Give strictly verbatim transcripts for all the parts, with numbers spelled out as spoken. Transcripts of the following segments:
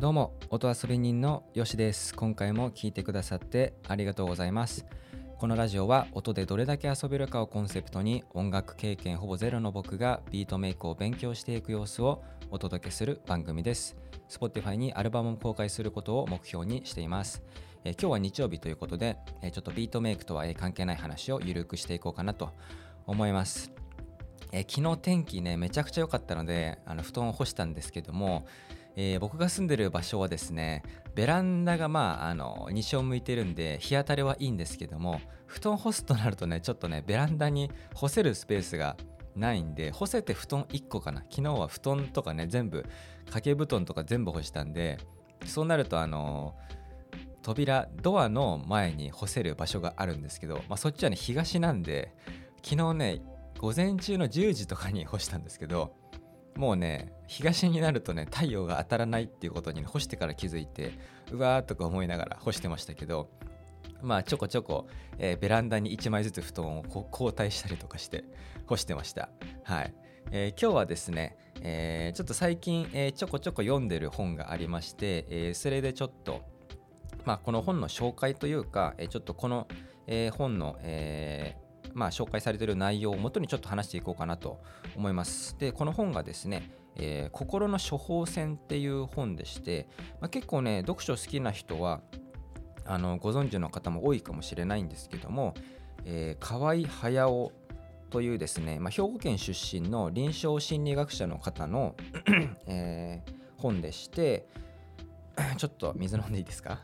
どうも、音遊び人のよしです。今回も聞いてくださってありがとうございます。このラジオは音でどれだけ遊べるかをコンセプトに、音楽経験ほぼゼロの僕がビートメイクを勉強していく様子をお届けする番組です。Spotify にアルバムを公開することを目標にしています。えー今日は日曜日ということで、えーちょっとビートメイクとはえー関係ない話をゆるくしていこうかなと思います。えー昨日天気ねめちゃくちゃ良かったので、あの布団を干したんですけども、えー僕が住んでる場所はですね、ベランダがまああの西を向いてるんで日当たりはいいんですけども、布団干すとなるとね、ちょっとねベランダに干せるスペースがないんで、干せて布団いっこかな。昨日は布団とかね全部掛け布団とか全部干したんで、そうなるとあの扉ドアの前に干せる場所があるんですけど、まあ、そっちはね東なんで、昨日ね午前中のじゅうじとかに干したんですけど、もうね東になるとね太陽が当たらないっていうことに、ね、干してから気づいて、うわーとか思いながら干してましたけど、まあちょこちょこ、えーベランダにいちまいずつ布団をこう交代したりとかして干してました。はい。えー今日はですね、えーちょっと最近、えーちょこちょこ読んでる本がありまして、えーそれでちょっとまあ、この本の紹介というか、えーちょっとこの、えー本の、えーまあ、紹介されている内容をもとにちょっと話していこうかなと思います。で、この本がですね、えー心の処方箋っていう本でして、まあ、結構ね、読書好きな人はあのご存知の方も多いかもしれないんですけども、えー河合隼というですね、まあ、兵庫県出身の臨床心理学者の方の、えー本でして、ちょっと水飲んでいいですか？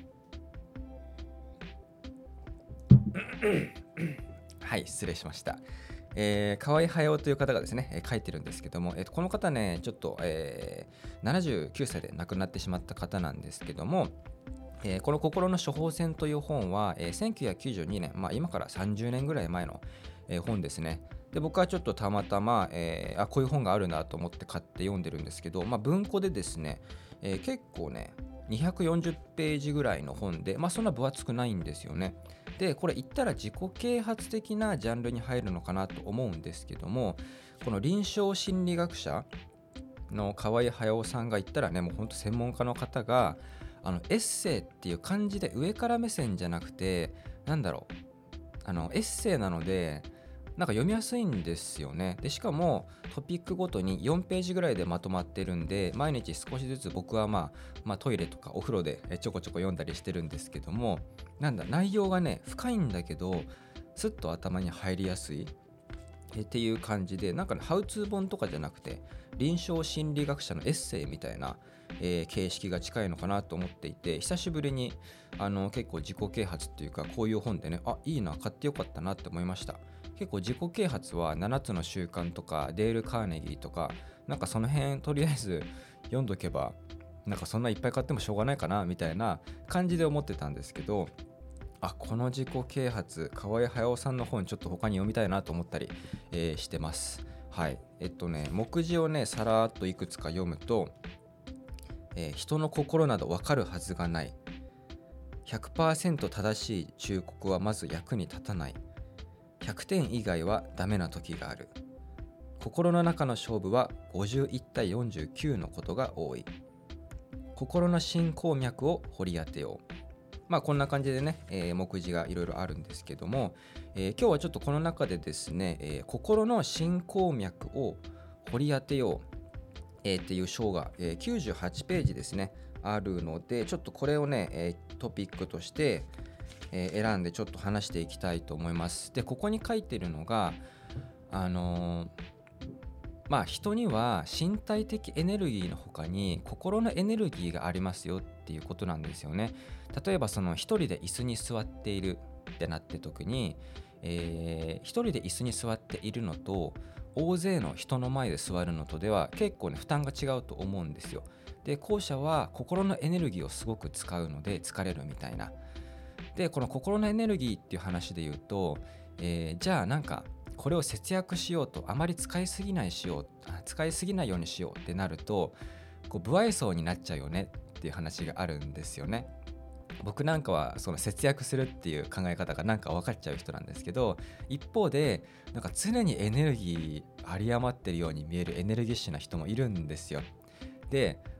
はい、失礼しました。えー、河合隼という方がですね、えー書いてるんですけども、えーとこの方ね、ちょっと、えーななじゅうきゅうさいで亡くなってしまった方なんですけども、えーこの心の処方箋という本は、えーせんきゅうひゃくきゅうじゅうにねん、まあ、今からさんじゅうねんぐらい前の、えー本ですね。で、僕はちょっとたまたま、えーあ、こういう本があるなと思って買って読んでるんですけど、まあ、文庫でですね、えー結構ね、にひゃくよんじゅうページぐらいの本で、まあ、そんな分厚くないんですよね。で、これ言ったら自己啓発的なジャンルに入るのかなと思うんですけども、この臨床心理学者の河合隼さんが言ったらね、もうほんと専門家の方が、あのエッセイっていう感じで上から目線じゃなくて、なんだろう、あのエッセイなのでなんか読みやすいんですよね。でしかもトピックごとによんページぐらいでまとまってるんで、毎日少しずつ僕は、まあ、まあトイレとかお風呂でえちょこちょこ読んだりしてるんですけども、なんだ内容がね深いんだけどすっと頭に入りやすいえっていう感じで、なんかねハウツー本とかじゃなくて臨床心理学者のエッセイみたいな、えー形式が近いのかなと思っていて、久しぶりにあの結構自己啓発っていうか、こういう本でね、あ、いいな、買ってよかったなって思いました。結構自己啓発はななつの習慣とかデール・カーネギーとか、なんかその辺とりあえず読んどけば、なんかそんないっぱい買ってもしょうがないかなみたいな感じで思ってたんですけど、あ、この自己啓発、河合隼さんの本ちょっと他に読みたいなと思ったり、えーしてます。はい。えっとね、目次をね、さらっといくつか読むと、えー人の心などわかるはずがない。ひゃくパーセント正しい忠告はまず役に立たない。ひゃくてん以外はダメな時がある。心の中の勝負はごじゅういち対よんじゅうきゅうのことが多い。心の進行脈を掘り当てよう。まあこんな感じでね、えー目次がいろいろあるんですけども、えー今日はちょっとこの中でですね、えー心の進行脈を掘り当てよう、えーっていう章が、えーきゅうじゅうはちページですね、あるので、ちょっとこれをね、えートピックとして、えー選んでちょっと話していきたいと思います。で、ここに書いてるのが、あのーまあ人には身体的エネルギーの他に心のエネルギーがありますよっていうことなんですよね。例えばその一人で椅子に座っているってなって時に、えー一人で椅子に座っているのと大勢の人の前で座るのとでは結構ね負担が違うと思うんですよ。で、後者は心のエネルギーをすごく使うので疲れるみたいな。で、この心のエネルギーっていう話で言うと、えーじゃあなんかこれを節約しようと、あまり使いすぎないしようあ使いすぎないようにしようってなると、こう不愛想になっちゃうよねっていう話があるんですよね。僕なんかはその節約するっていう考え方がなんか分かっちゃう人なんですけど、一方でなんか常にエネルギー有り余ってるように見えるエネルギッシュな人もいるんですよ。で、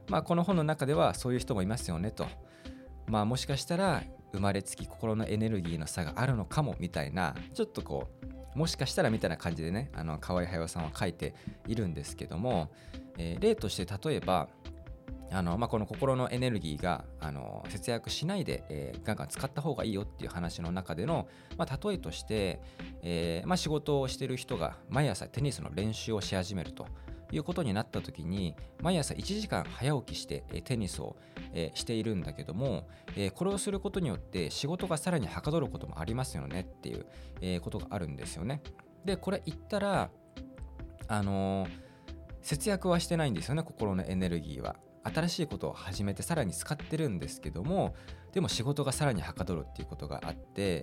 まあ、この本の中ではそういう人もいますよねと、まあ、もしかしたら生まれつき心のエネルギーの差があるのかもみたいな、ちょっとこうもしかしたらみたいな感じでね、あの河合駿さんは書いているんですけども、えー例として例えばあの、まあ、この心のエネルギーがあの節約しないで、えーガンガン使った方がいいよっていう話の中での、まあ、例えとして、えーまあ、仕事をしている人が毎朝テニスの練習をし始めるということになった時に、毎朝いちじかん早起きして、えーテニスを、えーしているんだけども、えーこれをすることによって仕事がさらにはかどることもありますよねっていう、えーことがあるんですよね。でこれ言ったらあのー節約はしてないんですよね、心のエネルギーは。新しいことを始めてさらに使ってるんですけども、でも仕事がさらにはかどるっていうことがあって、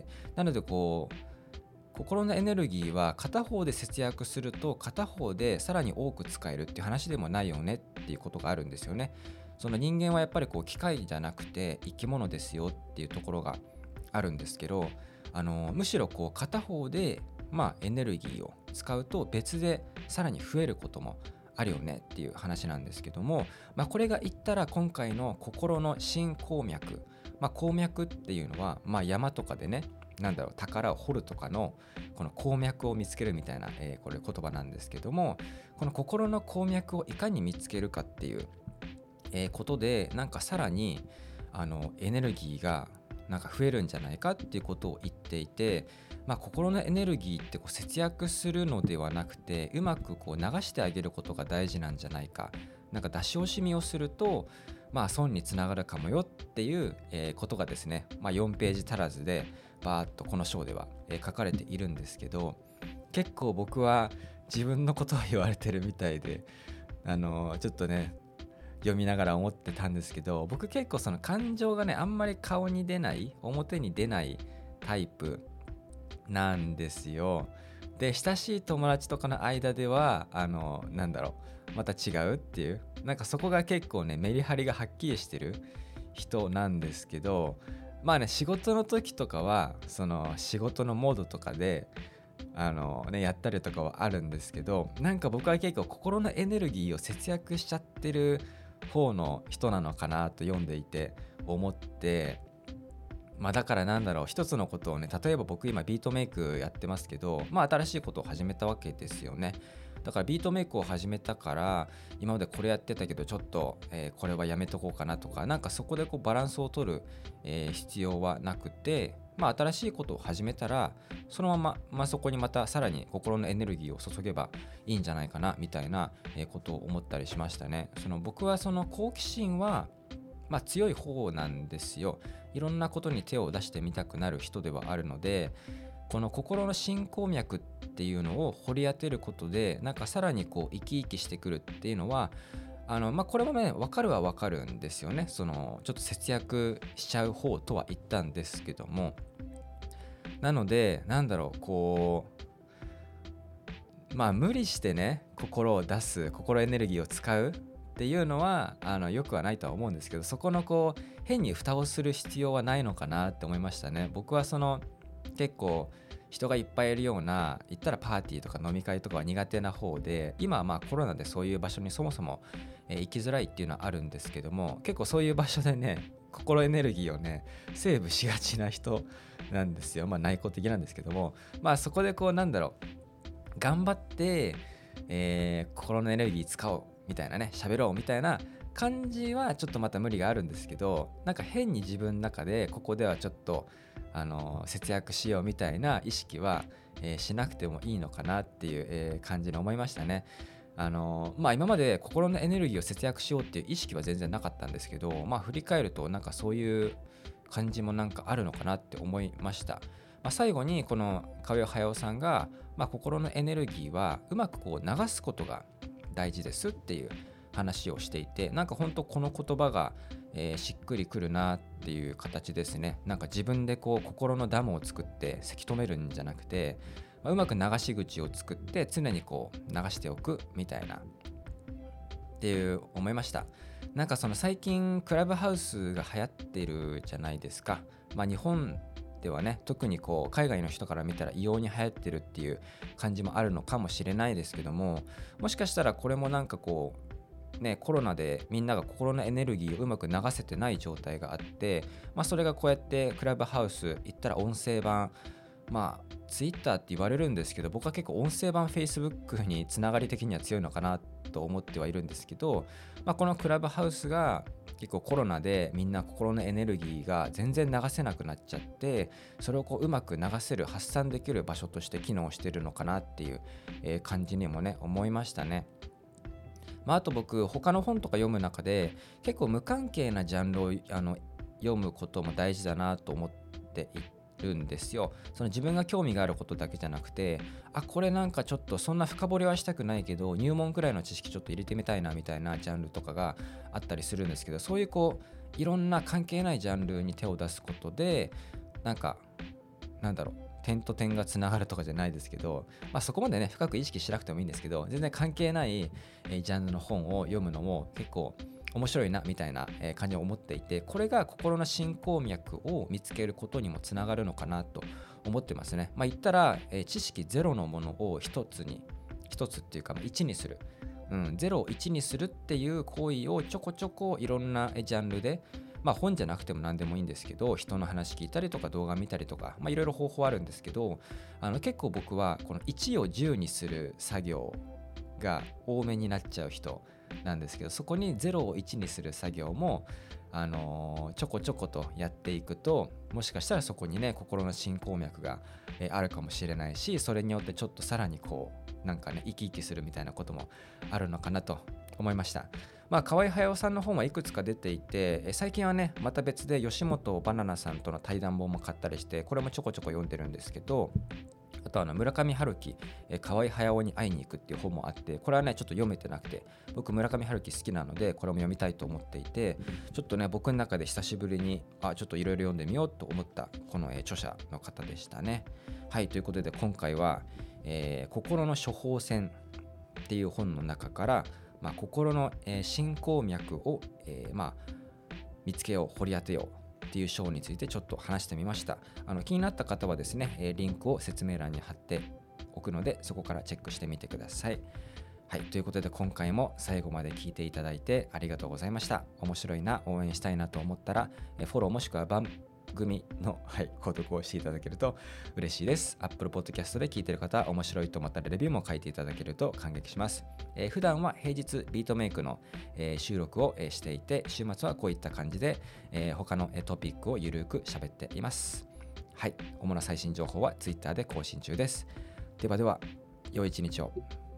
なのでこう心のエネルギーは片方で節約すると片方でさらに多く使えるっていう話でもないよねっていうことがあるんですよね。その人間はやっぱりこう機械じゃなくて生き物ですよっていうところがあるんですけど、あのむしろこう片方でまあエネルギーを使うと別でさらに増えることもあるよねっていう話なんですけども、まあ、これが言ったら今回の心の新鉱脈、まあ、鉱脈っていうのは、まあ、山とかでね、なんだろう、宝を掘るとかのこの鉱脈を見つけるみたいな、えーこれ言葉なんですけども、この心の鉱脈をいかに見つけるかっていう、えーことで、なんかさらにあのエネルギーがなんか増えるんじゃないかっていうことを言っていて、まあ、心のエネルギーってこう節約するのではなくて、うまくこう流してあげることが大事なんじゃないか、なんか出し惜しみをすると、まあ、損につながるかもよっていう、えーことがですね、まあ、よんページ足らずでバーッとこの章では、えー書かれているんですけど、結構僕は自分のことを言われてるみたいで、あのーちょっとね読みながら思ってたんですけど、僕結構その感情がねあんまり顔に出ない、表に出ないタイプなんですよ。で親しい友達とかの間ではあのなんだろう、また違うっていう、なんかそこが結構ねメリハリがはっきりしてる人なんですけど、まあね仕事の時とかはその仕事のモードとかであのねやったりとかはあるんですけど、なんか僕は結構心のエネルギーを節約しちゃってる方の人なのかなと読んでいて思って、まあだからなんだろう、一つのことをね、例えば僕今ビートメイクやってますけど、まあ新しいことを始めたわけですよね。だからビートメイクを始めたから今までこれやってたけどちょっと、えーこれはやめとこうかなとか、なんかそこでこうバランスを取る、えー必要はなくて、まあ新しいことを始めたらそのまま、まあ、そこにまたさらに心のエネルギーを注げばいいんじゃないかなみたいな、えーことを思ったりしましたね。その僕はその好奇心はまあ強い方なんですよ。いろんなことに手を出してみたくなる人ではあるので、この心の新鉱脈っていうのを掘り当てることで、なんかさらにこう生き生きしてくるっていうのは、あのまあこれもね分かるは分かるんですよね。そのちょっと節約しちゃう方とは言ったんですけども、なのでなんだろう、こうまあ無理してね心を出す、心エネルギーを使うっていうのはあのよくはないとは思うんですけど、そこのこう変に蓋をする必要はないのかなって思いましたね。僕はその結構人がいっぱいいるような、言ったらパーティーとか飲み会とかは苦手な方で、今はまあコロナでそういう場所にそもそも、えー行きづらいっていうのはあるんですけども、結構そういう場所でね心エネルギーをねセーブしがちな人なんですよ。まあ内向的なんですけども、まあそこでこうなんだろう、頑張って、えー心のエネルギー使おうみたいなね、喋ろうみたいな感じはちょっとまた無理があるんですけど、なんか変に自分の中でここではちょっとあの節約しようみたいな意識は、えーしなくてもいいのかなっていう、えー感じに思いましたね。あのまあ今まで心のエネルギーを節約しようっていう意識は全然なかったんですけど、まあ振り返るとなんかそういう感じもなんかあるのかなって思いました。まあ、最後にこの川尾駿さんが、まあ、心のエネルギーはうまくこう流すことが大事ですっていう話をしていて、なんか本当この言葉が、えーしっくりくるなっていう形ですね。なんか自分でこう心のダムを作ってせき止めるんじゃなくて、まあうまく流し口を作って常にこう流しておくみたいなっていう思いました。なんかその最近クラブハウスが流行っているじゃないですか。まあ日本ではね特にこう海外の人から見たら異様に流行ってるっていう感じもあるのかもしれないですけども、もしかしたらこれもなんかこうね、コロナでみんなが心のエネルギーをうまく流せてない状態があって、まあ、それがこうやってクラブハウス行ったら音声版、まあツイッターって言われるんですけど、僕は結構音声版 Facebook につながり的には強いのかなと思ってはいるんですけど、まあ、このクラブハウスが結構コロナでみんな心のエネルギーが全然流せなくなっちゃって、それをこううまく流せる発散できる場所として機能してるのかなっていう、えー感じにもね思いましたね。まあ、あと僕他の本とか読む中で結構無関係なジャンルをあの読むことも大事だなと思っているんですよ。その自分が興味があることだけじゃなくて、あこれなんかちょっとそんな深掘りはしたくないけど入門くらいの知識ちょっと入れてみたいなみたいなジャンルとかがあったりするんですけど、そういうこういろんな関係ないジャンルに手を出すことでなんかなんだろう点と点がつながるとかじゃないですけど、まあ、そこまでね深く意識しなくてもいいんですけど、全然関係ない、えージャンルの本を読むのも結構面白いなみたいなえー感じを思っていて、これが心の進行脈を見つけることにもつながるのかなと思ってますね。まあ言ったら、えー知識ゼロのものを一つに一つっていうかまあいちにする、うん、ゼロをいちにするっていう行為をちょこちょこいろんなえージャンルで、まあ本じゃなくても何でもいいんですけど、人の話聞いたりとか動画見たりとか、まあいろいろ方法あるんですけど、あの結構僕はこのいちをじゅうにする作業が多めになっちゃう人なんですけど、そこにゼロをいちにする作業もあのーちょこちょことやっていくと、もしかしたらそこにね心の進行脈が、えーあるかもしれないし、それによってちょっとさらにこうなんかね生き生きするみたいなこともあるのかなと思いました。まあ河合駿さんの本はいくつか出ていて、え最近はねまた別で吉本バナナさんとの対談本も買ったりして、これもちょこちょこ読んでるんですけど、あとあの村上春樹、えー河合駿に会いに行くっていう本もあって、これはねちょっと読めてなくて、僕村上春樹好きなのでこれも読みたいと思っていて、ちょっとね僕の中で久しぶりにあちょっといろいろ読んでみようと思ったこの、えー著者の方でしたね。はい、ということで今回は、えー心の処方箋っていう本の中から、まあ、心の、えー進行脈を、えーまあ、見つけよう掘り当てようっていう章についてちょっと話してみました。あの気になった方はですね、えーリンクを説明欄に貼っておくので、そこからチェックしてみてください。はい、ということで今回も最後まで聞いていただいてありがとうございました。面白いな、応援したいなと思ったら、えーフォローもしくは番組の、はい、購読をしていただけると嬉しいです。Apple Podcast で聞いている方は面白いと思ったらレビューも書いていただけると感激します。えー普段は平日ビートメイクの、えー収録を、えーしていて、週末はこういった感じで、えー他の、えートピックをゆるく喋っています。はい、主な最新情報は Twitter で更新中です。ではでは、良い一日を。